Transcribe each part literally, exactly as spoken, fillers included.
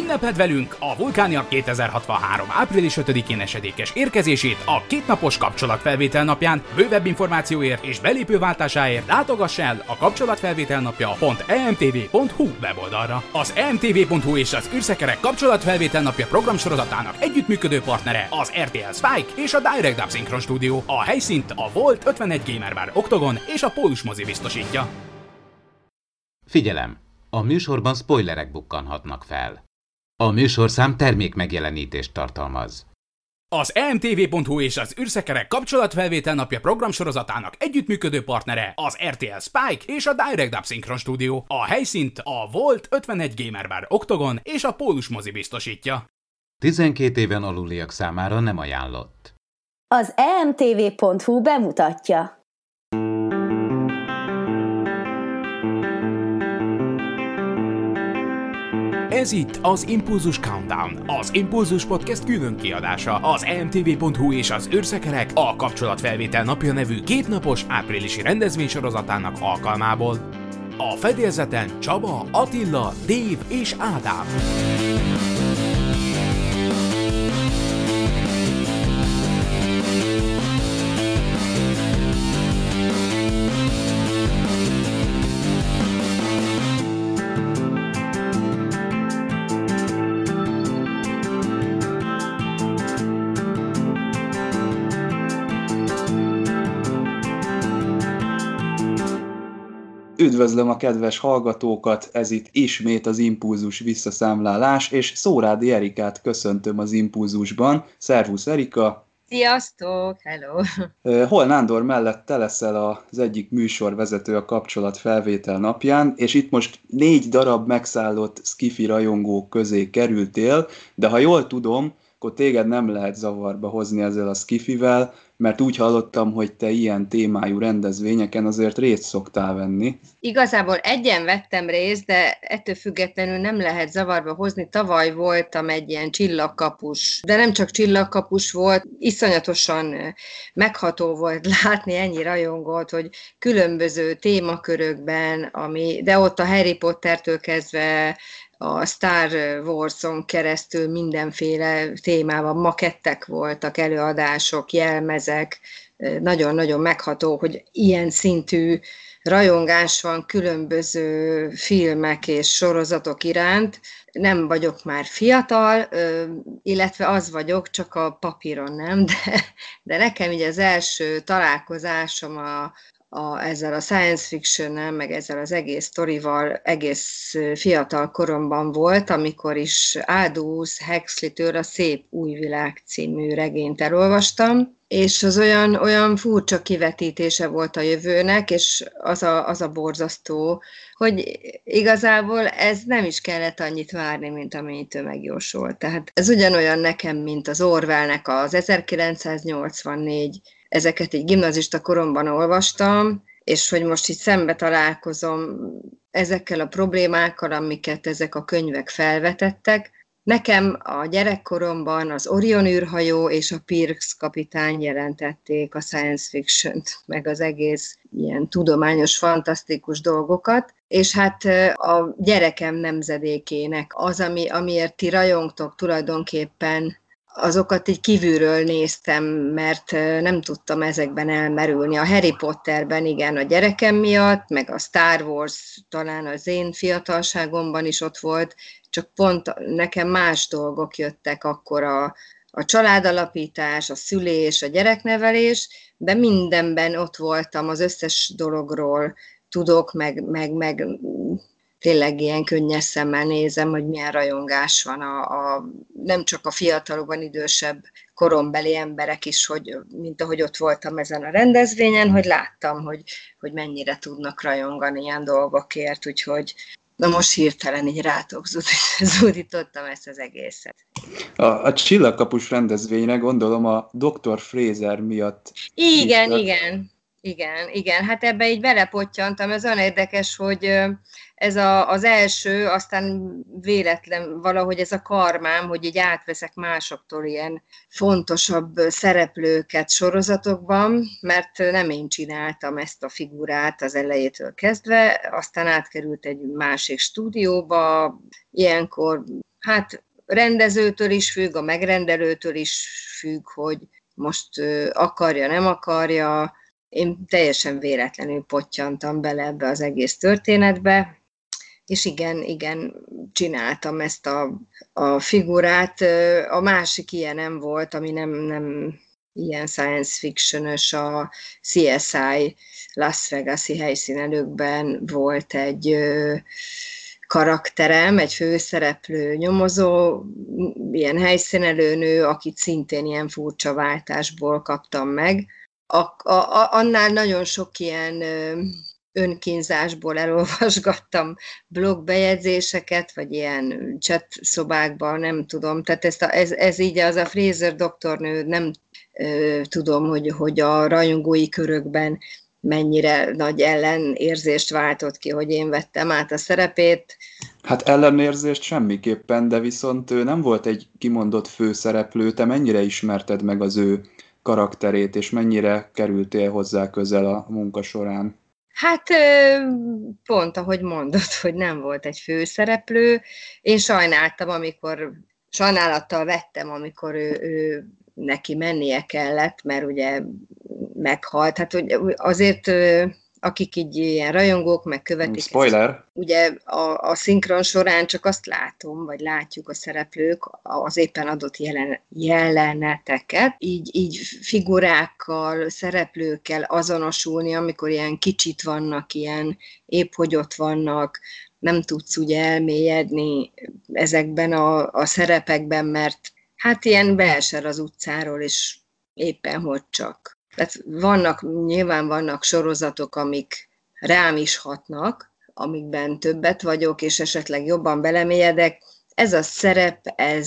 Ünnepeld velünk a Vulkánia kétezer-hatvanhárom április ötödikén esedékes érkezését a kétnapos kapcsolatfelvétel napján. Bővebb információért és belépőváltásáért látogass el a kapcsolatfelvételnapja pont e m t v pont h u weboldalra. Az e m t v pont h u és az űrszekerek kapcsolatfelvétel napja programsorozatának együttműködő partnere az er té el Spike és a DirectDub Synchron Studio. A helyszínt a Volt ötvenegy Gamer Bar Octagon és a Pólus mozi biztosítja. Figyelem! A műsorban spoilerek bukkanhatnak fel. A műsorszám termékmegjelenítést tartalmaz. Az e m t v pont h u és az űrszekerek kapcsolatfelvétel napja programsorozatának együttműködő partnere az er té el Spike és a DirectDub Synchron Studio. A helyszínt a Volt ötvenegy Gamer Bar Octagon és a Pólus mozi biztosítja. tizenkét éven aluliak számára nem ajánlott. Az e m t v pont h u bemutatja. Ez itt az Impulzus Countdown, az Impulzus Podcast külön kiadása, az e m t v pont h u és az űrszekerek a kapcsolatfelvétel napja nevű kétnapos áprilisi rendezvénysorozatának alkalmából. A fedélzeten Csaba, Attila, Dave és Ádám. Üdvözlöm a kedves hallgatókat, ez itt ismét az Impulzus visszaszámlálás, és Szórádi Erikát köszöntöm az Impulzusban. Szervusz Erika! Sziasztok! Hello! Hol Nándor mellett te leszel az egyik műsorvezető a kapcsolatfelvétel napján, és itt most négy darab megszállott skifi rajongók közé kerültél, de ha jól tudom, akkor téged nem lehet zavarba hozni ezzel a skifivel, mert úgy hallottam, hogy te ilyen témájú rendezvényeken azért részt szoktál venni. Igazából egyen vettem részt, de ettől függetlenül nem lehet zavarba hozni. Tavaly voltam egy ilyen csillagkapus, de nem csak csillagkapus volt, iszonyatosan megható volt látni ennyi rajongót, hogy különböző témakörökben, ami, de ott a Harry Pottertől kezdve a Star Wars-on keresztül mindenféle témában makettek voltak, előadások, jelmezek, nagyon-nagyon megható, hogy ilyen szintű rajongás van különböző filmek és sorozatok iránt. Nem vagyok már fiatal, illetve az vagyok, csak a papíron nem, de, de nekem így az első találkozásom a A, ezzel a science fiction-nel, meg ezzel az egész sztorival egész fiatal koromban volt, amikor is Aldous Huxley-től a Szép új világ című regényt elolvastam, és az olyan, olyan furcsa kivetítése volt a jövőnek, és az a, az a borzasztó, hogy igazából ez nem is kellett annyit várni, mint amennyit ő megjósolt. Tehát ez ugyanolyan nekem, mint az Orwellnek az ezerkilencszáznyolcvannégy, ezeket egy gimnazista koromban olvastam, és hogy most itt szembe találkozom ezekkel a problémákkal, amiket ezek a könyvek felvetettek. Nekem a gyerekkoromban az Orion űrhajó és a Pirx kapitány jelentették a science fiction-t, meg az egész ilyen tudományos, fantasztikus dolgokat, és hát a gyerekem nemzedékének az, ami, amiért ti rajongtok tulajdonképpen, azokat így kívülről néztem, mert nem tudtam ezekben elmerülni. A Harry Potterben igen, a gyerekem miatt, meg a Star Wars talán az én fiatalságomban is ott volt, csak pont nekem más dolgok jöttek akkor a, a családalapítás, a szülés, a gyereknevelés, de mindenben ott voltam, az összes dologról tudok, meg, meg, meg tényleg ilyen könnyes szemmel nézem, hogy milyen rajongás van a, a nem csak a fiatalokban idősebb korombeli emberek is, hogy, mint ahogy ott voltam ezen a rendezvényen, hogy láttam, hogy, hogy mennyire tudnak rajongani ilyen dolgokért, úgyhogy na most hirtelen így rátok zúdítottam ezt az egészet. A, a csillagkapus rendezvényre gondolom a doktor Fraser miatt. Igen, hívtak. igen. Igen, igen, hát ebbe így belepottyantam, ez olyan érdekes, hogy ez a, az első, aztán véletlen valahogy ez a karmám, hogy így átveszek másoktól ilyen fontosabb szereplőket sorozatokban, mert nem én csináltam ezt a figurát az elejétől kezdve, aztán átkerült egy másik stúdióba, ilyenkor Hát rendezőtől is függ, a megrendelőtől is függ, hogy most akarja, nem akarja. Én teljesen véletlenül pottyantam bele ebbe az egész történetbe, és igen, igen, csináltam ezt a, a figurát. A másik ilyenem volt, ami nem, nem ilyen science fiction-ös, a cé es i Las Vegas-i helyszínelőkben volt egy karakterem, egy főszereplő nyomozó, ilyen helyszínelőnő, akit szintén ilyen furcsa váltásból kaptam meg. A, a, annál nagyon sok ilyen önkínzásból elolvasgattam blogbejegyzéseket, vagy ilyen chat szobákban, nem tudom. Tehát ez, a, ez, ez így az a Fraser doktornő, nem ö, tudom, hogy, hogy a rajongói körökben mennyire nagy ellenérzést váltott ki, hogy én vettem át a szerepét. Hát ellenérzést semmiképpen, de viszont ő nem volt egy kimondott főszereplő. Te mennyire ismerted meg az ő karakterét, és mennyire kerültél hozzá közel a munka során? Hát pont ahogy mondod, hogy nem volt egy főszereplő. Én sajnáltam, amikor, sajnálattal vettem, amikor ő, ő neki mennie kellett, mert ugye meghalt. Hát azért, akik így ilyen rajongók, meg követik. Spoiler! Ezt, ugye a, a szinkron során csak azt látom, vagy látjuk a szereplők az éppen adott jelen, jeleneteket, így, így figurákkal, szereplőkkel azonosulni, amikor ilyen kicsit vannak, ilyen épp hogy ott vannak, nem tudsz ugye elmélyedni ezekben a, a szerepekben, mert hát ilyen beesel az utcáról, és éppen hogy csak. Tehát vannak, nyilván vannak sorozatok, amik rám is hatnak, amikben többet vagyok, és esetleg jobban belemélyedek. Ez a szerep, ez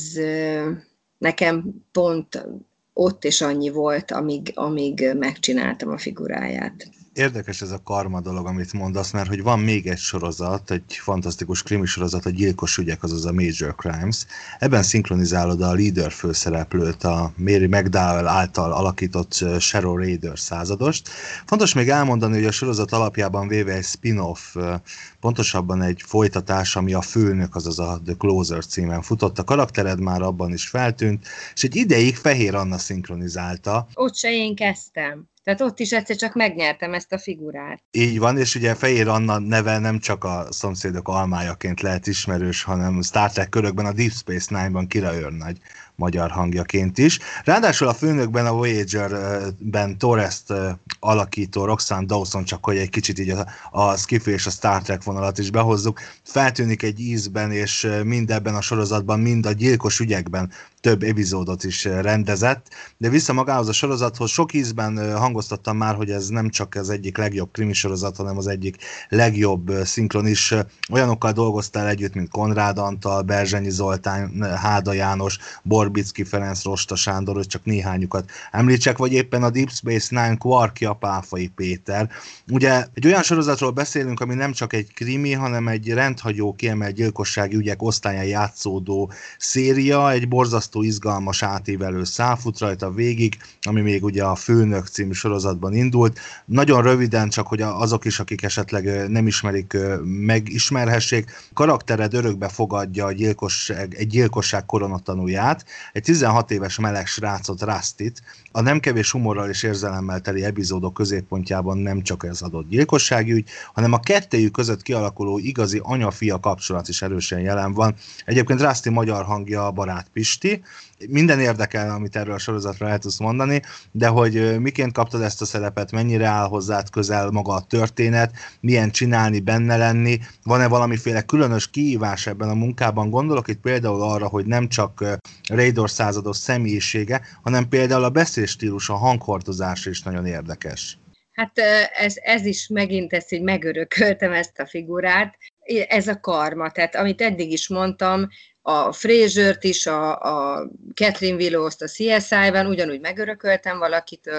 nekem pont ott is annyi volt, amíg, amíg megcsináltam a figuráját. Érdekes ez a karma dolog, amit mondasz, mert hogy van még egy sorozat, egy fantasztikus krimi sorozat, a Gyilkos ügyek, azaz a Major Crimes. Ebben szinkronizálod a leader főszereplőt, a Mary McDowell által alakított Cheryl Rader századost. Fontos még elmondani, hogy a sorozat alapjában véve egy spin-off, pontosabban egy folytatás, ami a Főnök, azaz a The Closer címen futott. A karaktered már abban is feltűnt, és egy ideig Fehér Anna szinkronizálta. Ott se én kezdtem. Tehát ott is egyszer csak megnyertem ezt a figurát. Így van, és ugye Fehér Anna neve nem csak a Szomszédok almájaként lehet ismerős, hanem Star Trek körökben, a Deep Space Nine-ban Kira őrnagy magyar hangjaként is. Ráadásul a Főnökben, a Voyager-ben Torres-t alakító Roxanne Dawson, csak hogy egy kicsit így a, a Sci-Fi és a Star Trek vonalat is behozzuk, feltűnik egy ízben, és mind ebben a sorozatban, mind a Gyilkos ügyekben több epizódot is rendezett, de vissza magához a sorozathoz, sok ízben hangoztattam már, hogy ez nem csak az egyik legjobb krimi sorozat, hanem az egyik legjobb szinkron is. Olyanokkal dolgoztál együtt, mint Konrád Antal, Berzsenyi Zoltán, Háda János, Borbicki Ferenc, Rosta Sándor, hogy csak néhányukat említsek, vagy éppen a Deep Space Nine Quarkja, Páfai Péter. Ugye egy olyan sorozatról beszélünk, ami nem csak egy krimi, hanem egy rendhagyó kiemelt gyilkossági ügyek osztályán játszódó széria, egy borzasztó izgalmas átívelő szál fut rajta végig, ami még ugye a Főnök című sorozatban indult. Nagyon röviden, csak hogy azok is, akik esetleg nem ismerik, megismerhessék. Karaktered örökbe fogadja a gyilkosság, egy gyilkosság koronatanúját, egy tizenhat éves meleg srácot, Rustit. A nem kevés humorral és érzelemmel teli epizódok középpontjában nem csak ez adott gyilkossági ügy, hanem a kettejük között kialakuló igazi anya-fia kapcsolat is erősen jelen van. Egyébként Rusty magyar hangja a Barát Pisti. Minden érdekel, amit erről a sorozatra el tudsz mondani, de hogy miként kaptad ezt a szerepet, mennyire áll hozzád közel maga a történet, milyen csinálni, benne lenni, van-e valamiféle különös kihívás ebben a munkában? Gondolok itt például arra, hogy nem csak Rader százados személyisége, hanem például a beszélstílus, a hanghordozás is nagyon érdekes. Hát ez, ez is megint ezt így megörököltem, ezt a figurát. Ez a karma, tehát amit eddig is mondtam, a Frasert is, a, a Catherine Willows-t a cé es i-ben ugyanúgy megörököltem valakitől,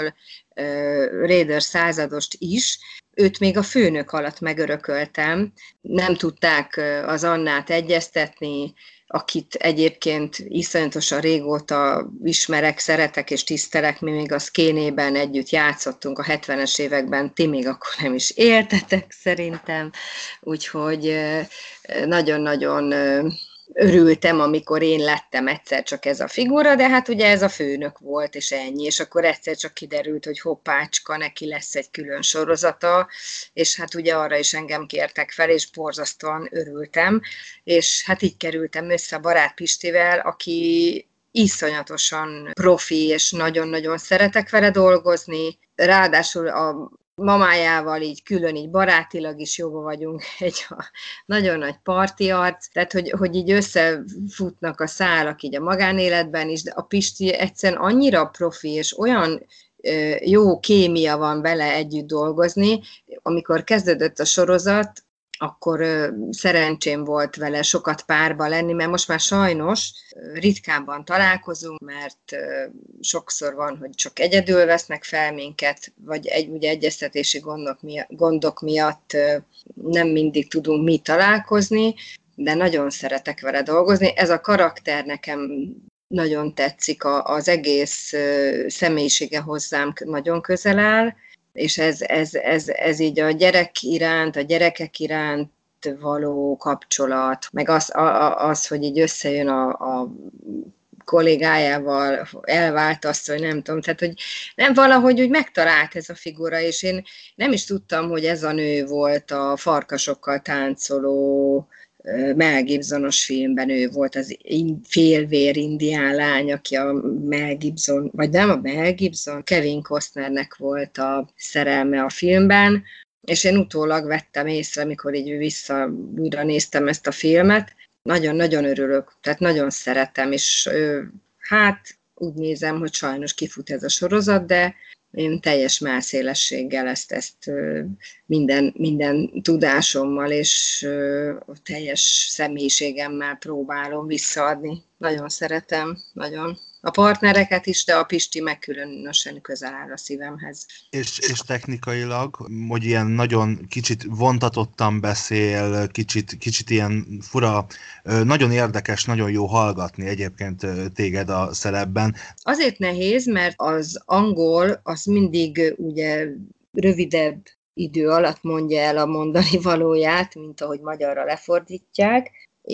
uh, Rader századost is, őt még a Főnök alatt megörököltem, nem tudták az Annát egyeztetni, akit egyébként iszonyatosan régóta ismerek, szeretek és tisztelek, mi még a Szkénében együtt játszottunk a hetvenes években, ti még akkor nem is éltetek szerintem, úgyhogy nagyon-nagyon örültem, amikor én lettem egyszer csak ez a figura, de hát ugye ez a főnök volt, és ennyi, és akkor egyszer csak kiderült, hogy hoppácska, neki lesz egy külön sorozata, és hát ugye arra is engem kértek fel, és borzasztóan örültem, és hát így kerültem össze a Barát Pistivel, aki iszonyatosan profi, és nagyon-nagyon szeretek vele dolgozni, ráadásul a mamájával így külön, így barátilag is jóba vagyunk, egy nagyon nagy parti arc, tehát hogy, hogy így összefutnak a szálak így a magánéletben is, de a Pisti egyszerűen annyira profi, és olyan ö, jó kémia van vele együtt dolgozni. Amikor kezdődött a sorozat, akkor ö, szerencsém volt vele sokat párba lenni, mert most már sajnos ritkábban találkozunk, mert ö, sokszor van, hogy csak egyedül vesznek fel minket, vagy egy, ugye egyeztetési gondok miatt, gondok miatt ö, nem mindig tudunk mi találkozni, de nagyon szeretek vele dolgozni. Ez a karakter nekem nagyon tetszik, a, az egész ö, személyisége hozzám nagyon közel áll, és ez, ez, ez, ez így a gyerek iránt, a gyerekek iránt való kapcsolat, meg az, a, az hogy így összejön a, a kollégájával, elvált azt, vagy nem tudom, tehát hogy nem valahogy úgy megtalált ez a figura, és én nem is tudtam, hogy ez a nő volt a farkasokkal táncoló Mel Gibsonos filmben, ő volt az félvér indián lány, aki a Mel Gibson, vagy nem a Mel Gibson, Kevin Costnernek volt a szerelme a filmben, és én utólag vettem észre, amikor így vissza újra néztem ezt a filmet, nagyon-nagyon örülök, tehát nagyon szeretem, és hát úgy nézem, hogy sajnos kifut ez a sorozat, de én teljes mellszélességgel ezt, ezt minden, minden tudásommal és teljes személyiségemmel próbálom visszaadni. Nagyon szeretem, nagyon. A partnereket is, de a Pisti meg különösen közel áll a szívemhez. És, és technikailag, hogy ilyen nagyon kicsit vontatottan beszél, kicsit, kicsit ilyen fura, nagyon érdekes, nagyon jó hallgatni egyébként téged a szerepben. Azért nehéz, mert az angol az mindig ugye rövidebb idő alatt mondja el a mondani valóját, mint ahogy magyarra lefordítják,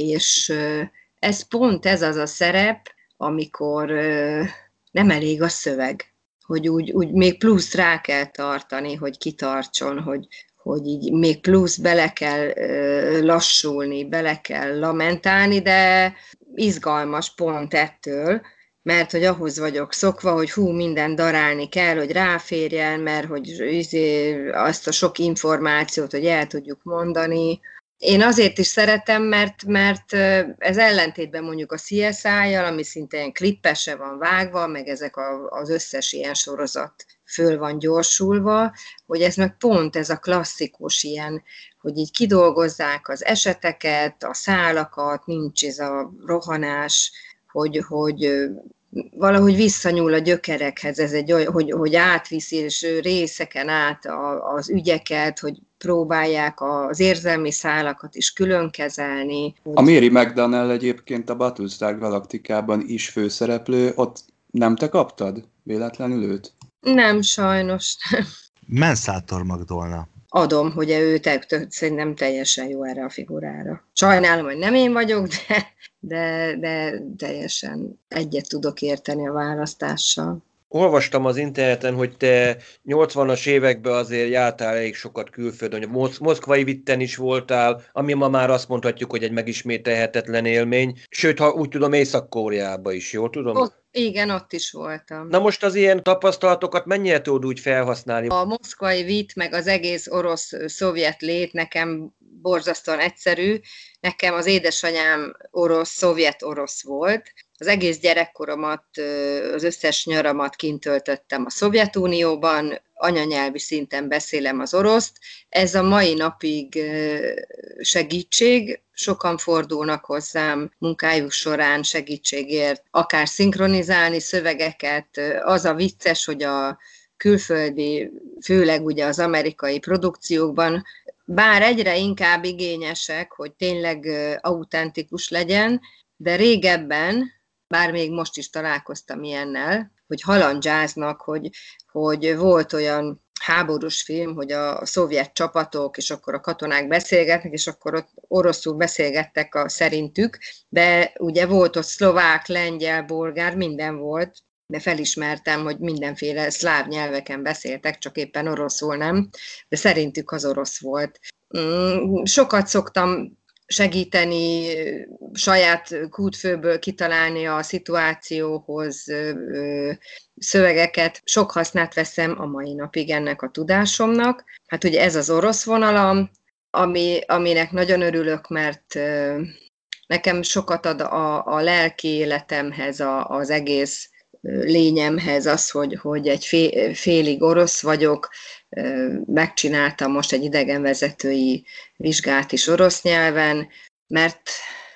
és ez pont ez az a szerep, amikor ö, nem elég a szöveg, hogy úgy, úgy még plusz rá kell tartani, hogy kitartson, hogy, hogy így még plusz bele kell ö, lassulni, bele kell lamentálni, de izgalmas pont ettől, mert hogy ahhoz vagyok szokva, hogy hú, minden darálni kell, hogy ráférjen, mert hogy izé, azt a sok információt, hogy el tudjuk mondani. Én azért is szeretem, mert, mert ez ellentétben mondjuk a cé es i-jal, ami szinte ilyen klippese van vágva, meg ezek a, az összes ilyen sorozat föl van gyorsulva, hogy ez meg pont ez a klasszikus ilyen, hogy így kidolgozzák az eseteket, a szálakat, nincs ez a rohanás, hogy, hogy valahogy visszanyúl a gyökerekhez, ez egy olyan, hogy, hogy átviszi és részeken át a, az ügyeket, hogy próbálják az érzelmi szálakat is külön kezelni. A Mary McDonnell egyébként a Battlestar Galacticában is főszereplő, ott nem te kaptad véletlenül őt? Nem, sajnos nem. Mensátor Magdolna. Adom, hogy ő te, te, szerintem teljesen jó erre a figurára. Sajnálom, hogy nem én vagyok, de, de, de teljesen egyet tudok érteni a választással. Olvastam az interneten, hogy te nyolcvanas években azért jártál elég sokat külföldön, hogy Mosz- moszkvai vitten is voltál, ami ma már azt mondhatjuk, hogy egy megismételhetetlen élmény. Sőt, ha úgy tudom, Észak-Koreában is, jól tudom? Ott, igen, ott is voltam. Na most az ilyen tapasztalatokat mennyire tudod úgy felhasználni? A moszkvai vitt, meg az egész orosz-szovjet lét nekem borzasztóan egyszerű. Nekem az édesanyám orosz, szovjet-orosz volt. Az egész gyerekkoromat, az összes nyaramat kint töltöttem a Szovjetunióban, anyanyelvi szinten beszélem az oroszt. Ez a mai napig segítség, sokan fordulnak hozzám munkájuk során segítségért, akár szinkronizálni szövegeket. Az a vicces, hogy a külföldi, főleg ugye az amerikai produkciókban, bár egyre inkább igényesek, hogy tényleg autentikus legyen, de régebben, bár még most is találkoztam ilyennel, hogy halandzsáznak, hogy, hogy volt olyan háborús film, hogy a szovjet csapatok, és akkor a katonák beszélgetnek, és akkor ott oroszul beszélgettek a szerintük, de ugye volt ott szlovák, lengyel, bolgár, minden volt, de felismertem, hogy mindenféle szláv nyelveken beszéltek, csak éppen oroszul nem, de szerintük az orosz volt. Sokat szoktam segíteni, saját kútfőből kitalálni a szituációhoz szövegeket. Sok hasznát veszem a mai napig ennek a tudásomnak. Hát ugye ez az orosz vonalam, ami, aminek nagyon örülök, mert nekem sokat ad a, a lelki életemhez, a, az egész lényemhez az, hogy, hogy egy fél, félig orosz vagyok, megcsináltam most egy idegenvezetői vizsgát is orosz nyelven, mert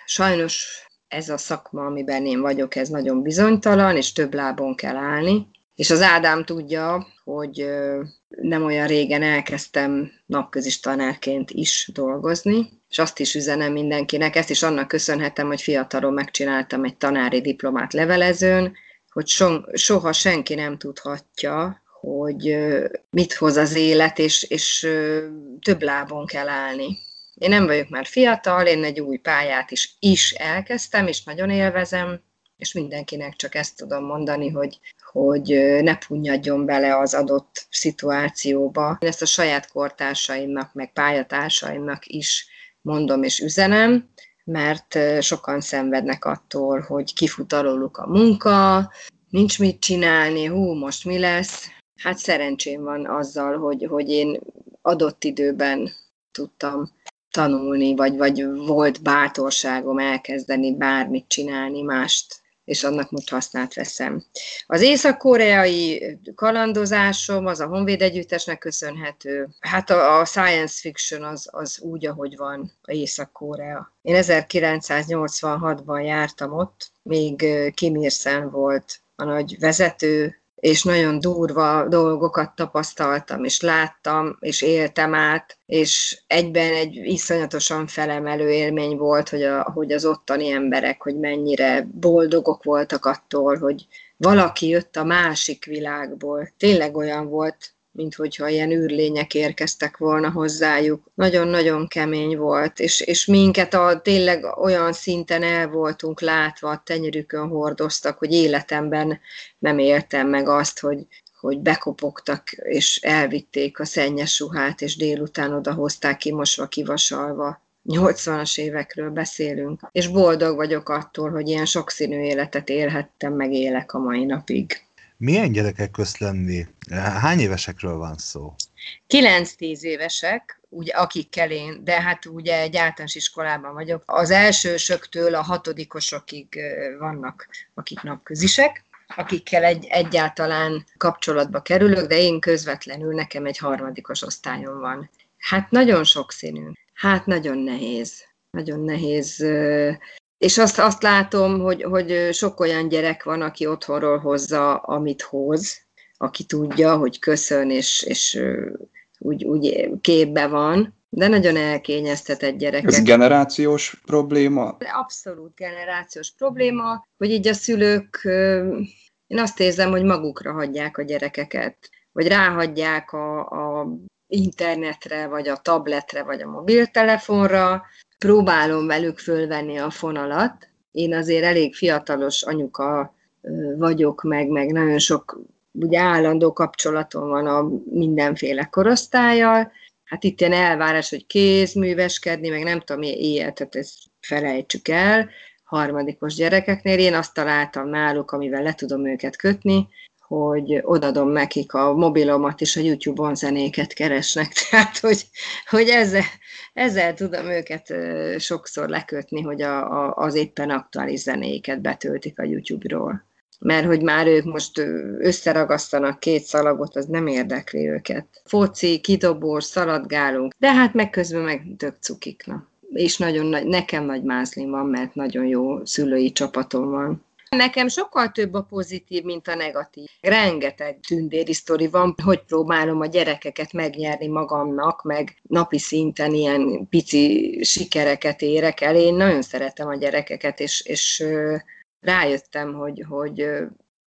sajnos ez a szakma, amiben én vagyok, ez nagyon bizonytalan, és több lábon kell állni. És az Ádám tudja, hogy nem olyan régen elkezdtem napközis tanárként is dolgozni, és azt is üzenem mindenkinek, ezt is annak köszönhetem, hogy fiatalon megcsináltam egy tanári diplomát levelezőn, hogy so, soha senki nem tudhatja, hogy mit hoz az élet, és, és több lábon kell állni. Én nem vagyok már fiatal, én egy új pályát is, is elkezdtem, és nagyon élvezem, és mindenkinek csak ezt tudom mondani, hogy, hogy ne punnyadjon bele az adott szituációba. Ezt a saját kortársaimnak, meg pályatársaimnak is mondom és üzenem, mert sokan szenvednek attól, hogy kifut alóluk a munka, nincs mit csinálni, hú, most mi lesz? Hát szerencsém van azzal, hogy, hogy én adott időben tudtam tanulni, vagy, vagy volt bátorságom elkezdeni bármit csinálni mást, és annak most hasznát veszem. Az észak-koreai kalandozásom az a Honvéd Együttesnek köszönhető. Hát a, a science fiction az, az úgy, ahogy van a Észak-Korea. Én ezerkilencszáznyolcvanhatban jártam ott, még Kim Il-sen volt a nagy vezető, és nagyon durva dolgokat tapasztaltam, és láttam, és éltem át, és egyben egy iszonyatosan felemelő élmény volt, hogy, a, hogy az ottani emberek, hogy mennyire boldogok voltak attól, hogy valaki jött a másik világból. Tényleg olyan volt, mint hogyha ilyen űrlények érkeztek volna hozzájuk. Nagyon-nagyon kemény volt, és, és minket a, tényleg olyan szinten el voltunk látva, a tenyerükön hordoztak, hogy életemben nem éltem meg azt, hogy, hogy bekopogtak, és elvitték a szennyes ruhát, és délután odahozták kimosva, kivasalva. nyolcvanas évekről beszélünk, és boldog vagyok attól, hogy ilyen sokszínű életet élhettem, meg élek a mai napig. Milyen gyerekek közt lenni? Hány évesekről van szó? kilenc-tíz évesek, ugye, akikkel én, de hát ugye egy általános iskolában vagyok. Az elsősöktől a hatodikosokig vannak, akik napközisek, akikkel egy, egyáltalán kapcsolatba kerülök, de én közvetlenül, nekem egy harmadikos osztályom van. Hát nagyon sokszínű, hát nagyon nehéz, nagyon nehéz. És azt, azt látom, hogy, hogy sok olyan gyerek van, aki otthonról hozza, amit hoz, aki tudja, hogy köszön, és, és úgy, úgy képbe van, de nagyon elkényeztetett gyerekek. Ez generációs probléma? Abszolút generációs probléma, hogy így a szülők, én azt érzem, hogy magukra hagyják a gyerekeket, vagy ráhagyják a, a internetre, vagy a tabletre, vagy a mobiltelefonra. Próbálom velük fölvenni a fonalat. Én azért elég fiatalos anyuka vagyok, meg, meg nagyon sok ugye állandó kapcsolatom van a mindenféle korosztállyal. Hát itt ilyen elvárás, hogy kézműveskedni, meg nem tudom, éjjel, tehát ezt felejtsük el. Harmadikos gyerekeknél én azt találtam náluk, amivel le tudom őket kötni, hogy odadom nekik a mobilomat, és a YouTube-on zenéket keresnek. Tehát, hogy, hogy ezzel, ezzel tudom őket sokszor lekötni, hogy a, a, az éppen aktuális zenéket betöltik a YouTube-ról. Mert hogy már ők most összeragasztanak két szalagot, az nem érdekli őket. Foci, kidobós, szaladgálunk, de hát meg közben meg tök cukik. Na. És nagyon nagy, nekem nagy mázlim van, mert nagyon jó szülői csapatom van. Nekem sokkal több a pozitív, mint a negatív. Rengeteg tündéri sztori van, hogy próbálom a gyerekeket megnyerni magamnak, meg napi szinten ilyen pici sikereket érek el. Én nagyon szeretem a gyerekeket, és, és rájöttem, hogy, hogy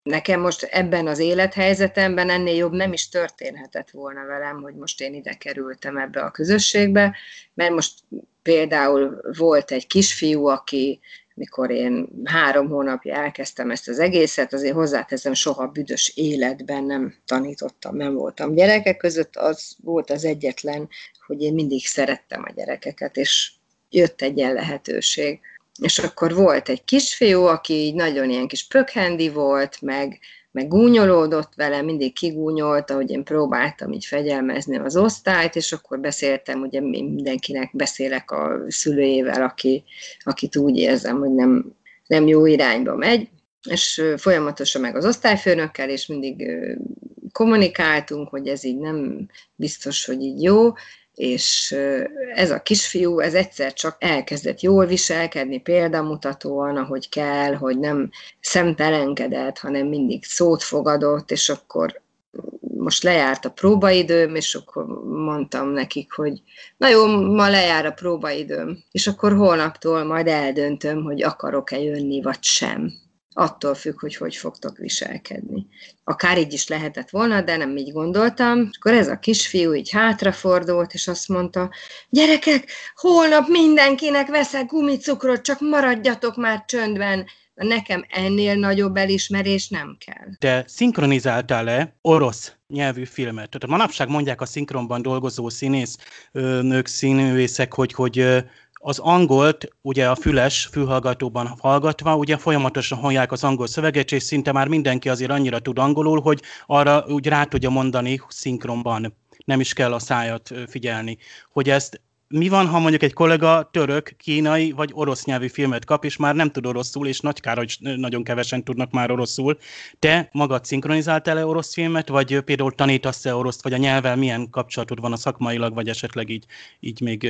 nekem most ebben az élethelyzetemben ennél jobb nem is történhetett volna velem, hogy most én ide kerültem ebbe a közösségbe, mert most például volt egy kisfiú, aki, mikor én három hónapja elkezdtem ezt az egészet, azért hozzáteszem, soha büdös életben nem tanítottam, nem voltam gyerekek között, az volt az egyetlen, hogy én mindig szerettem a gyerekeket, és jött egy ilyen lehetőség. És akkor volt egy kisfiú, aki így nagyon ilyen kis pökhendi volt, meg, meg gúnyolódott vele, mindig kigúnyolta, hogy én próbáltam így fegyelmezni az osztályt, és akkor beszéltem, ugye mindenkinek beszélek a szülőjével, aki, akit úgy érzem, hogy nem, nem jó irányba megy, és folyamatosan meg az osztályfőnökkel, és mindig kommunikáltunk, hogy ez így nem biztos, hogy így jó, és ez a kisfiú, ez egyszer csak elkezdett jól viselkedni, példamutatóan, ahogy kell, hogy nem szemtelenkedett, hanem mindig szót fogadott, és akkor most lejárt a próbaidőm, és akkor mondtam nekik, hogy na jó, ma lejár a próbaidőm, és akkor holnaptól majd eldöntöm, hogy akarok-e jönni, vagy sem. Attól függ, hogy hogy fogtok viselkedni. Akár így is lehetett volna, de nem így gondoltam. És akkor ez a kisfiú így hátrafordult, és azt mondta, gyerekek, holnap mindenkinek veszek gumicukrot, csak maradjatok már csöndben. Nekem ennél nagyobb elismerés nem kell. Te szinkronizáltál-e orosz nyelvű filmet? Tehát manapság mondják a szinkronban dolgozó színész, nők, színűvészek, hogy, hogy az angolt, ugye a füles fülhallgatóban hallgatva, ugye folyamatosan hallják az angol szöveget, és szinte már mindenki azért annyira tud angolul, hogy arra úgy rá tudja mondani szinkronban. Nem is kell a szájat figyelni. Hogy ezt mi van, ha mondjuk egy kollega török, kínai vagy orosz nyelvű filmet kap, és már nem tud oroszul, és nagy kár, hogy nagyon kevesen tudnak már oroszul. Te magad szinkronizáltál-e orosz filmet, vagy például tanítasz-e oroszt, vagy a nyelvvel milyen kapcsolatod van a szakmailag, vagy esetleg így, így még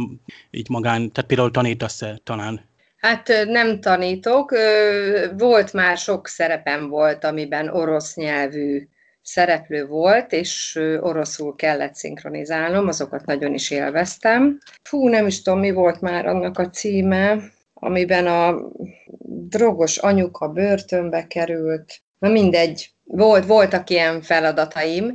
így magán, tehát például tanítasz-e talán? Hát nem tanítok, volt már sok szerepem volt, amiben orosz nyelvű szereplő volt, és oroszul kellett szinkronizálnom, azokat nagyon is élveztem. Fú, nem is tudom, mi volt már annak a címe, amiben a drogos anyuka börtönbe került. Na mindegy, volt, voltak ilyen feladataim,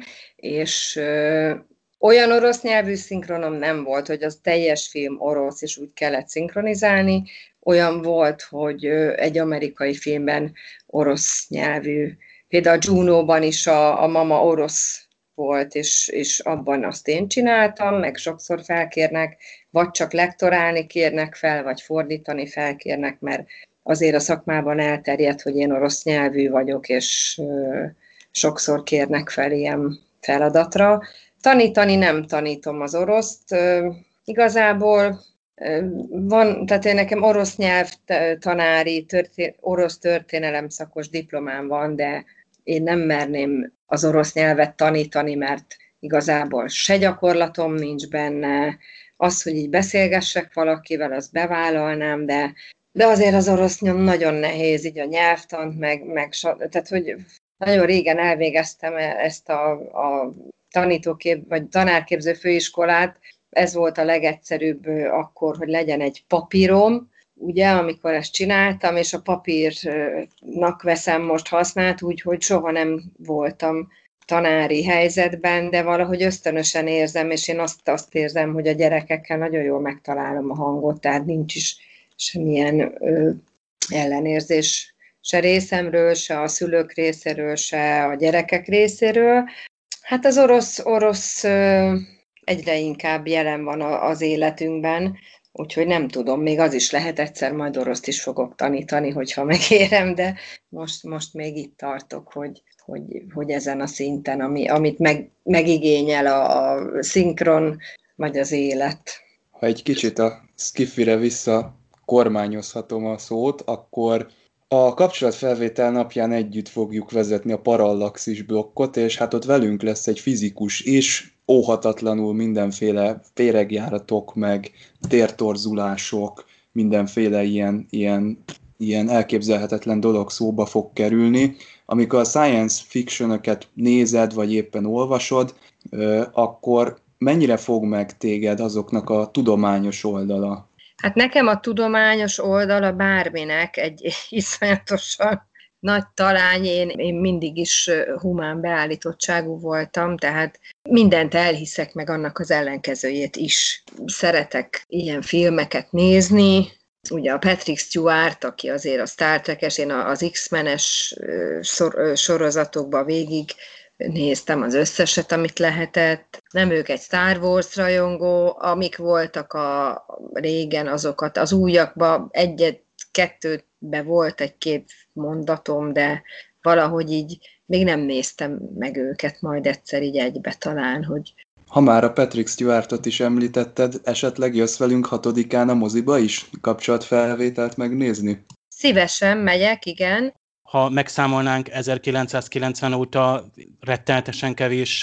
és ö, olyan orosz nyelvű szinkronom nem volt, hogy az teljes film orosz, és úgy kellett szinkronizálni. Olyan volt, hogy ö, egy amerikai filmben orosz nyelvű, például a Juno-ban is a, a mama orosz volt, és, és abban azt én csináltam, meg sokszor felkérnek, vagy csak lektorálni kérnek fel, vagy fordítani felkérnek, mert azért a szakmában elterjedt, hogy én orosz nyelvű vagyok, és ö, sokszor kérnek fel ilyen feladatra. Tanítani nem tanítom az oroszt. Ö, igazából ö, van, tehát én nekem orosz nyelvtanári, történ- orosz történelem szakos diplomám van, de én nem merném az orosz nyelvet tanítani, mert igazából se gyakorlatom nincs benne. Az, hogy így beszélgessek valakivel, azt bevállalnám, de, de azért az orosz nagyon nehéz, így a nyelvtant, meg, meg tehát, hogy nagyon régen elvégeztem ezt a, a tanítókép, vagy tanárképző főiskolát. Ez volt a legegyszerűbb akkor, hogy legyen egy papírom, ugye, amikor ezt csináltam, és a papírnak veszem most használt, úgyhogy soha nem voltam tanári helyzetben, de valahogy ösztönösen érzem, és én azt, azt érzem, hogy a gyerekekkel nagyon jól megtalálom a hangot, tehát nincs is semmilyen ö, ellenérzés se részemről, se a szülők részéről, se a gyerekek részéről. Hát az orosz, orosz ö, egyre inkább jelen van az életünkben, úgyhogy nem tudom, még az is lehet, egyszer majd oroszt is fogok tanítani, hogyha megérem, de most, most még itt tartok, hogy, hogy, hogy ezen a szinten, ami, amit meg, megigényel a, a szinkron, vagy az élet. Ha egy kicsit a Skifire vissza kormányozhatom a szót, akkor a kapcsolatfelvétel napján együtt fogjuk vezetni a Parallaxis blokkot, és hát ott velünk lesz egy fizikus is, óhatatlanul mindenféle féregjáratok, meg tértorzulások, mindenféle ilyen, ilyen, ilyen elképzelhetetlen dolog szóba fog kerülni. Amikor a science fiction-öket nézed, vagy éppen olvasod, akkor mennyire fog meg téged azoknak a tudományos oldala? Hát nekem a tudományos oldala bárminek egy iszonyatosan nagy talány, én, én mindig is humán beállítottságú voltam, tehát mindent elhiszek, meg annak az ellenkezőjét is. Szeretek ilyen filmeket nézni. Ugye a Patrick Stewart, aki azért a Star Trek-es, én az X-menes sorozatokban végig néztem az összeset, amit lehetett. Nem ők egy Star Wars rajongó, amik voltak a régen, azokat az újakban egyet, kettőbe volt egy-két mondatom, de valahogy így még nem néztem meg őket, majd egyszer így egybe talán, hogy... Ha már a Patrick Stewartot is említetted, esetleg jössz velünk hatodikán a moziba is kapcsolatfelvételt megnézni? Szívesen megyek, igen. Ha megszámolnánk, ezerkilencszázkilencven óta rettenetesen kevés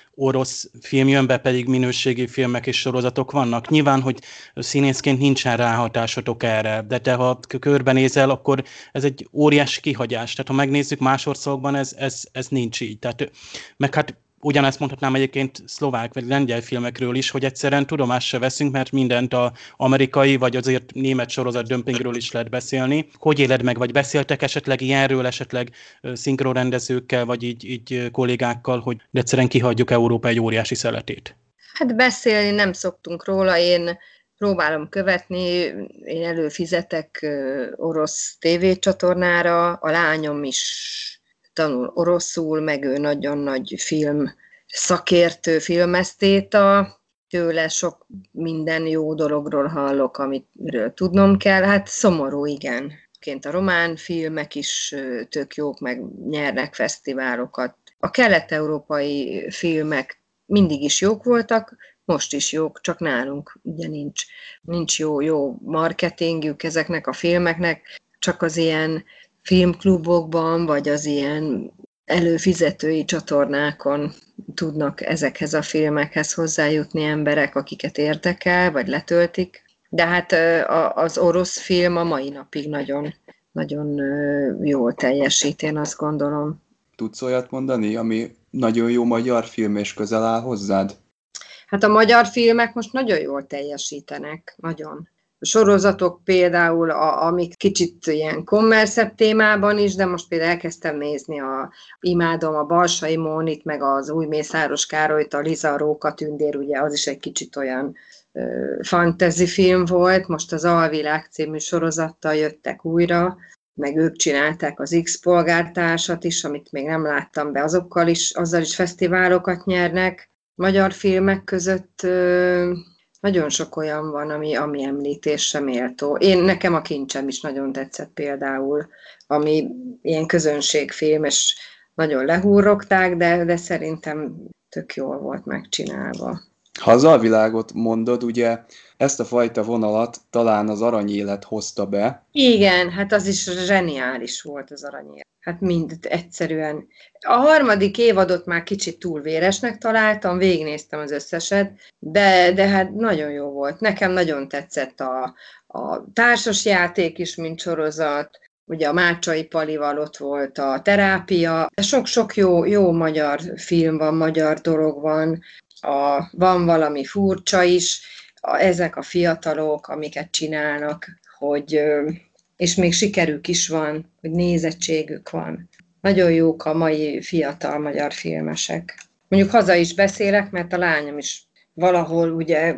orosz film jön be, pedig minőségi filmek és sorozatok vannak. Nyilván, hogy színészként nincsen ráhatásotok erre, de te ha körbenézel, akkor ez egy óriási kihagyás. Tehát ha megnézzük más országokban, ez, ez, ez nincs így. Tehát, meg hát ugyanezt mondhatnám egyébként szlovák vagy lengyel filmekről is, hogy egyszerűen tudomást se veszünk, mert mindent az amerikai vagy azért német sorozat dömpingről is lehet beszélni. Hogy éled meg, vagy beszéltek esetleg ilyenről, esetleg szinkronrendezőkkel, vagy így, így kollégákkal, hogy egyszerűen kihagyjuk Európa egy óriási szeletét? Hát beszélni nem szoktunk róla, én próbálom követni, én előfizetek orosz tévécsatornára, a lányom is tanul oroszul, meg ő nagyon nagy film szakértő, filmesztéta, tőle sok minden jó dologról hallok, amiről tudnom kell. Hát szomorú, igen. Ként a román filmek is tök jók, meg nyernek fesztiválokat. A kelet-európai filmek mindig is jók voltak, most is jók, csak nálunk ugye nincs, nincs jó, jó marketingjük ezeknek a filmeknek, csak az ilyen filmklubokban, vagy az ilyen előfizetői csatornákon tudnak ezekhez a filmekhez hozzájutni emberek, akiket érdekel, vagy letöltik. De hát az orosz film a mai napig nagyon, nagyon jól teljesít, én azt gondolom. Tudsz olyat mondani, ami nagyon jó magyar film és közel áll hozzád? Hát a magyar filmek most nagyon jól teljesítenek, nagyon. A sorozatok például, a, amik kicsit ilyen kommerszebb témában is, de most például elkezdtem nézni, a, imádom a Balsai Mónit, meg az új Mészáros Károlyt, a Liza Róka Tündér, ugye az is egy kicsit olyan ö, fantasy film volt, most az Alvilág című sorozattal jöttek újra, meg ők csinálták az X-polgártársat is, amit még nem láttam be, azokkal is, azzal is fesztiválokat nyernek. Magyar filmek között... Ö, Nagyon sok olyan van, ami, ami említésre méltó. Én, nekem a Kincsem is nagyon tetszett például, ami ilyen közönségfilm, és nagyon lehúrogták, de, de szerintem tök jól volt megcsinálva. Ha az alvilágot mondod, ugye ezt a fajta vonalat talán az Aranyélet hozta be. Igen, hát az is zseniális volt az Aranyélet. Hát mind egyszerűen. A harmadik évadot már kicsit túl véresnek találtam, végignéztem az összeset, de, de hát nagyon jó volt. Nekem nagyon tetszett a, a társasjáték is, mint sorozat, ugye a Mácsai Palival ott volt a Terápia. Sok-sok jó, jó magyar film van, magyar dolog van, a, van valami furcsa is, a, ezek a fiatalok, amiket csinálnak, hogy... és még sikerük is van, hogy nézettségük van. Nagyon jók a mai fiatal magyar filmesek. Mondjuk haza is beszélek, mert a lányom is valahol ugye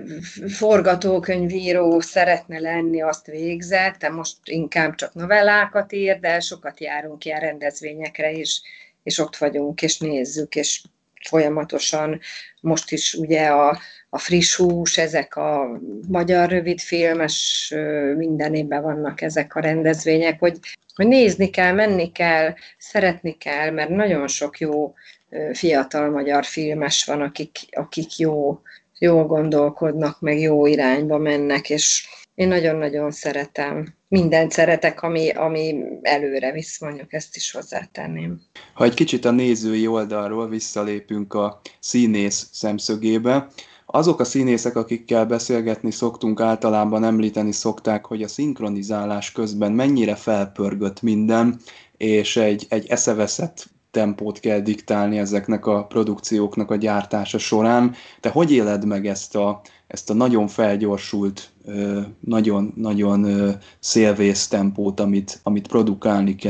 forgatókönyvíró szeretne lenni, azt végzett, de most inkább csak novellákat ír, de sokat járunk ilyen rendezvényekre is, és ott vagyunk, és nézzük, és folyamatosan most is ugye a, a friss hús, ezek a magyar rövidfilmes, minden évben vannak ezek a rendezvények, hogy, hogy nézni kell, menni kell, szeretni kell, mert nagyon sok jó fiatal magyar filmes van, akik, akik jó, jól gondolkodnak, meg jó irányba mennek, és én nagyon-nagyon szeretem. Mindent szeretek, ami, ami előre visz, mondjuk ezt is hozzátenném. Ha egy kicsit a nézői oldalról visszalépünk a színész szemszögébe, azok a színészek, akikkel beszélgetni szoktunk, általában említeni szokták, hogy a szinkronizálás közben mennyire felpörgött minden, és egy, egy eszeveszett tempót kell diktálni ezeknek a produkcióknak a gyártása során. Te hogy éled meg ezt a, ezt a nagyon felgyorsult, nagyon-nagyon szélvész tempót, amit, amit produkálni kell?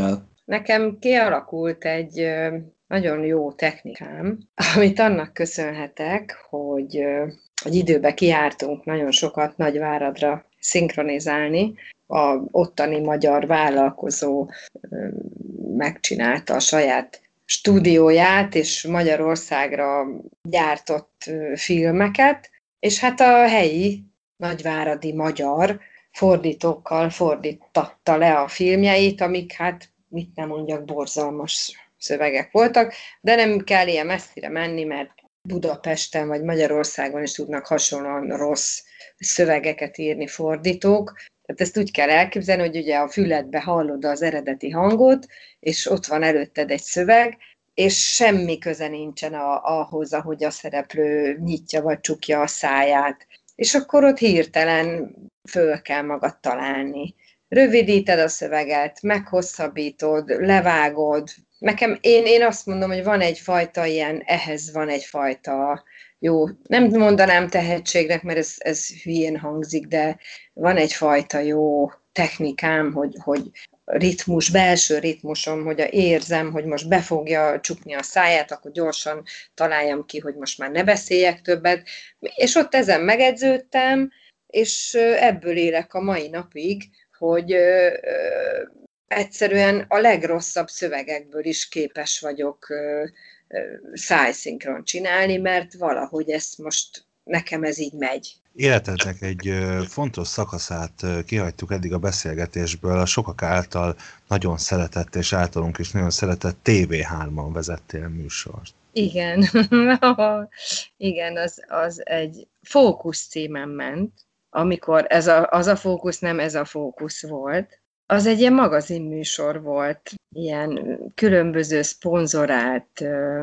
Nekem kialakult egy nagyon jó technikám, amit annak köszönhetek, hogy, hogy időbe kijártunk nagyon sokat Nagyváradra szinkronizálni. A ottani magyar vállalkozó megcsinálta a saját stúdióját, és Magyarországra gyártott filmeket, és hát a helyi nagyváradi magyar fordítókkal fordítatta le a filmjeit, amik hát, mit nem mondjak, borzalmas szövegek voltak, de nem kell ilyen messzire menni, mert Budapesten vagy Magyarországon is tudnak hasonlóan rossz szövegeket írni fordítók. Tehát ezt úgy kell elképzelni, hogy ugye a füledbe hallod az eredeti hangot, és ott van előtted egy szöveg, és semmi köze nincsen a, ahhoz, ahogy a szereplő nyitja vagy csukja a száját. És akkor ott hirtelen föl kell magad találni. Rövidíted a szöveget, meghosszabbítod, levágod. Nekem, én, én azt mondom, hogy van egyfajta ilyen, ehhez van egyfajta jó, nem mondanám tehetségnek, mert ez, ez hülyén hangzik, de van egyfajta jó technikám, hogy, hogy ritmus, belső ritmusom, hogy érzem, hogy most be fogja csukni a száját, akkor gyorsan találjam ki, hogy most már ne beszéljek többet. És ott ezen megedződtem, és ebből élek a mai napig, hogy ö, ö, egyszerűen a legrosszabb szövegekből is képes vagyok ö, ö, szájszinkron csinálni, mert valahogy ezt most nekem ez így megy. Életednek egy fontos szakaszát kihagytuk eddig a beszélgetésből, a sokak által nagyon szeretett és általunk is nagyon szeretett té vé hárman vezettél műsort. Igen, igen, az, az egy Fókusz címen ment, amikor ez a, az a fókusz nem ez a fókusz volt. Az egy ilyen magazinműsor volt, ilyen különböző szponzorált uh,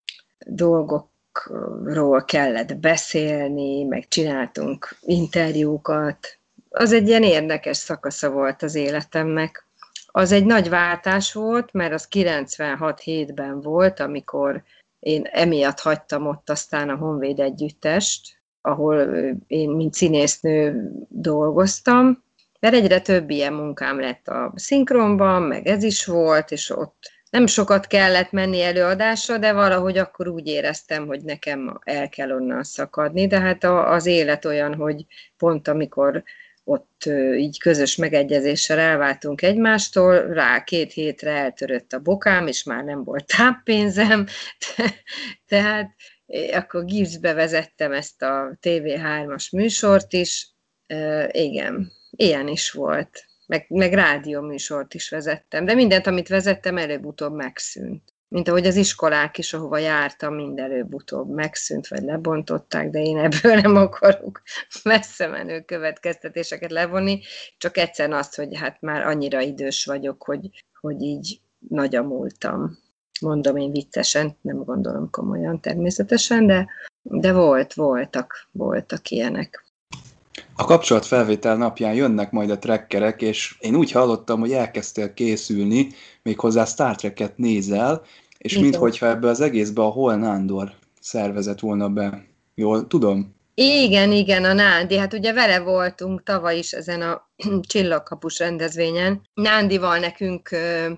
dolgokról kellett beszélni, meg csináltunk interjúkat. Az egy ilyen érdekes szakasza volt az életemnek. Az egy nagy váltás volt, mert az kilencvenhat hétben volt, amikor én emiatt hagytam ott aztán a Honvéd Együttest, ahol én mint színésznő dolgoztam, mert egyre több ilyen munkám lett a szinkronban, meg ez is volt, és ott nem sokat kellett menni előadásra, de valahogy akkor úgy éreztem, hogy nekem el kell onnan szakadni, de hát az élet olyan, hogy pont amikor ott így közös megegyezéssel elváltunk egymástól, rá két hétre eltörött a bokám, és már nem volt táppénzem, tehát akkor gipszbe vezettem ezt a té vé hármas műsort is, e, igen, ilyen is volt, meg, meg rádióműsort is vezettem, de mindent, amit vezettem, előbb-utóbb megszűnt. Mint ahogy az iskolák is, ahova jártam, mind előbb-utóbb megszűnt, vagy lebontották, de én ebből nem akarok messze menő következtetéseket levonni, csak egyszerűen azt, hogy hát már annyira idős vagyok, hogy, hogy így nagy a múltam. Mondom én viccesen, nem gondolom komolyan természetesen, de, de volt, voltak, voltak ilyenek. A kapcsolatfelvétel napján jönnek majd a trekkerek, és én úgy hallottam, hogy elkezdtél készülni, méghozzá Star Trek-et nézel, és Igen. minthogyha ebbe az egészbe a Hol Nándor szervezett volna be. Jól tudom? Igen, igen, a Nándi, hát ugye vele voltunk tavaly is ezen a Csillagkapus rendezvényen. Nándival nekünk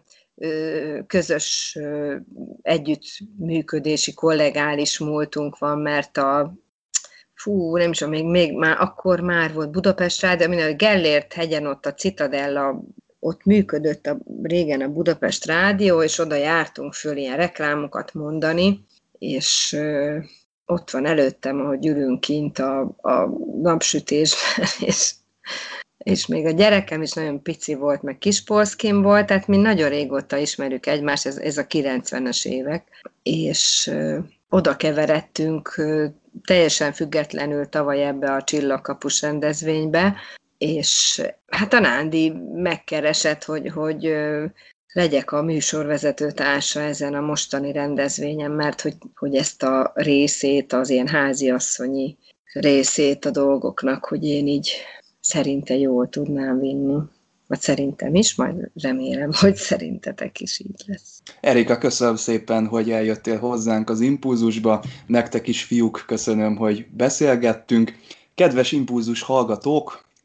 közös együttműködési kollegális múltunk van, mert a fú, nem is, még, még már akkor már volt Budapest Rádió, amin a Gellért hegyen ott a Citadella, ott működött a, régen a Budapest Rádió, és oda jártunk föl ilyen reklámokat mondani, és ö, ott van előttem, ahogy ülünk kint a, a napsütésben, és, és még a gyerekem is nagyon pici volt, meg kispolszkin volt, tehát mi nagyon régóta ismerjük egymást, ez, ez a kilencvenes évek, és ö, oda keveredtünk ö, teljesen függetlenül tavaly ebbe a Csillagkapus rendezvénybe, és hát a Nándi megkeresett, hogy, hogy ö, legyek a műsorvezető társa ezen a mostani rendezvényen, mert hogy, hogy ezt a részét, az ilyen háziasszonyi részét a dolgoknak, hogy én így szerinte jól tudnám vinni. Vagy szerintem is, majd remélem, hogy szerintetek is így lesz. Erika, köszönöm szépen, hogy eljöttél hozzánk az Impulzusba. Nektek is, fiúk, köszönöm, hogy beszélgettünk. Kedves Impulzus hallgatók,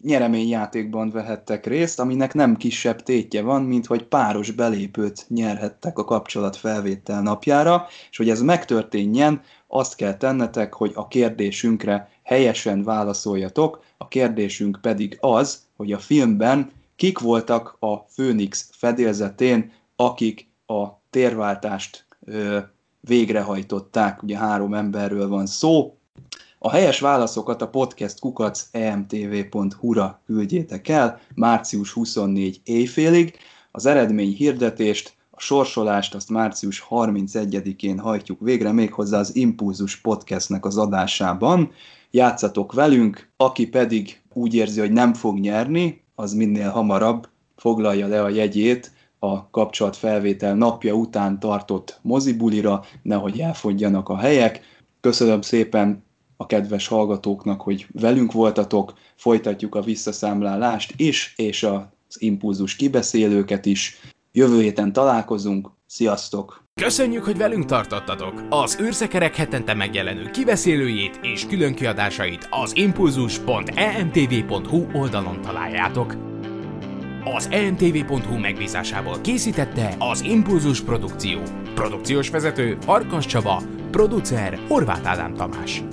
nyereményjátékban vehettek részt, aminek nem kisebb tétje van, mint hogy páros belépőt nyerhettek a kapcsolatfelvétel napjára, és hogy ez megtörténjen, azt kell tennetek, hogy a kérdésünkre helyesen válaszoljatok, a kérdésünk pedig az, hogy a filmben kik voltak a Főnix fedélzetén, akik a térváltást ö, végrehajtották, ugye három emberről van szó. A helyes válaszokat a podcast kukac e m t v pont h u-ra küldjétek el március huszonnégy éjfélig. Az eredmény hirdetést, a sorsolást azt március harmincegyedikén hajtjuk végre, méghozzá az Impulzus podcastnek az adásában. Játszatok velünk, aki pedig úgy érzi, hogy nem fog nyerni, az minél hamarabb foglalja le a jegyét a kapcsolatfelvétel napja után tartott mozibulira, nehogy elfogyjanak a helyek. Köszönöm szépen a kedves hallgatóknak, hogy velünk voltatok, folytatjuk a visszaszámlálást is, és az Impulzus kibeszélőket is. Jövő héten találkozunk, sziasztok! Köszönjük, hogy velünk tartottatok! Az űrszekerek hetente megjelenő kibeszélőjét és külön kiadásait az impulzus pont e m t v pont h u oldalon találjátok. Az e m t v pont h u megbízásából készítette az Impulzus Produkció. Produkciós vezető Farkas Csaba, producer Horváth Ádám Tamás.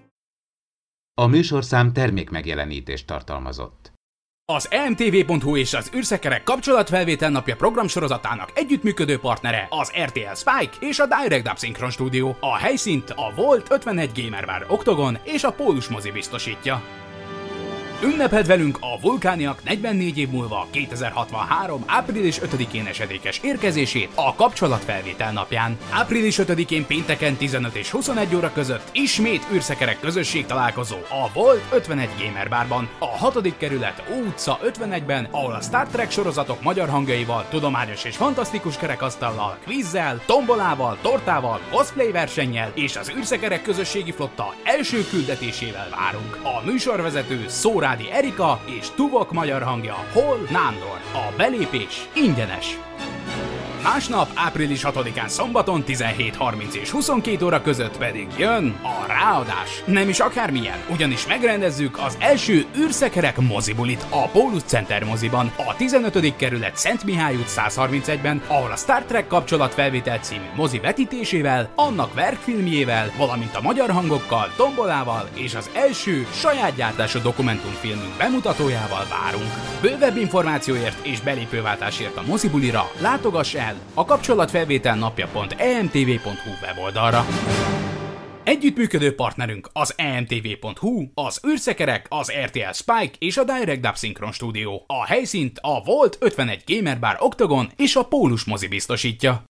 A műsorszám termékmegjelenítést tartalmazott. Az e m t v pont h u és az űrszekerek kapcsolatfelvétel napja programsorozatának együttműködő partnere az er té el Spike és a Direct Dub Synchron Studio. A helyszínt a Volt ötvenegy Gamer Bar Octagon és a Pólus mozi biztosítja. Ünnepeld velünk a Vulkániak negyvennégy év múlva kétezer-hatvanhárom. április ötödikén esedékes érkezését a kapcsolatfelvétel napján. április ötödikén pénteken tizenöt és huszonegy óra között ismét űrszekerek közösség találkozó a Volt ötvenegy Gamer Barban, a hatodik kerület Ó utca ötvenegyben, ahol a Star Trek sorozatok magyar hangjaival, tudományos és fantasztikus kerekasztallal, kvízzel, tombolával, tortával, cosplay versennyel és az űrszekerek közösségi flotta első küldetésével várunk. A műsorvezető Szóra Rádi Erika és Tuvok magyar hangja Hol Nándor. A belépés ingyenes. Másnap, április hatodikán szombaton tizenhét harminc és huszonkét óra között pedig jön a ráadás. Nem is akármilyen, ugyanis megrendezzük az első űrszekerek mozibulit a Pólus Center moziban, a tizenötödik kerület Szent Mihály út száz harmincegyben, ahol a Star Trek kapcsolatfelvétel című mozi vetítésével, annak verkfilmjével, valamint a magyar hangokkal, tombolával és az első saját gyártású dokumentumfilmünk bemutatójával várunk. Bővebb információért és belépőváltásért a mozibulira látogass el a kapcsolatfelvétel napja pont e m t v pont h u weboldalra. Együttműködő partnerünk az e m t v pont h u, az űrszekerek, az er té el Spike és a Direct Dub Synchron Studio. A helyszínt a Volt ötvenegy Gamer Bar Octagon és a Pólus mozi biztosítja.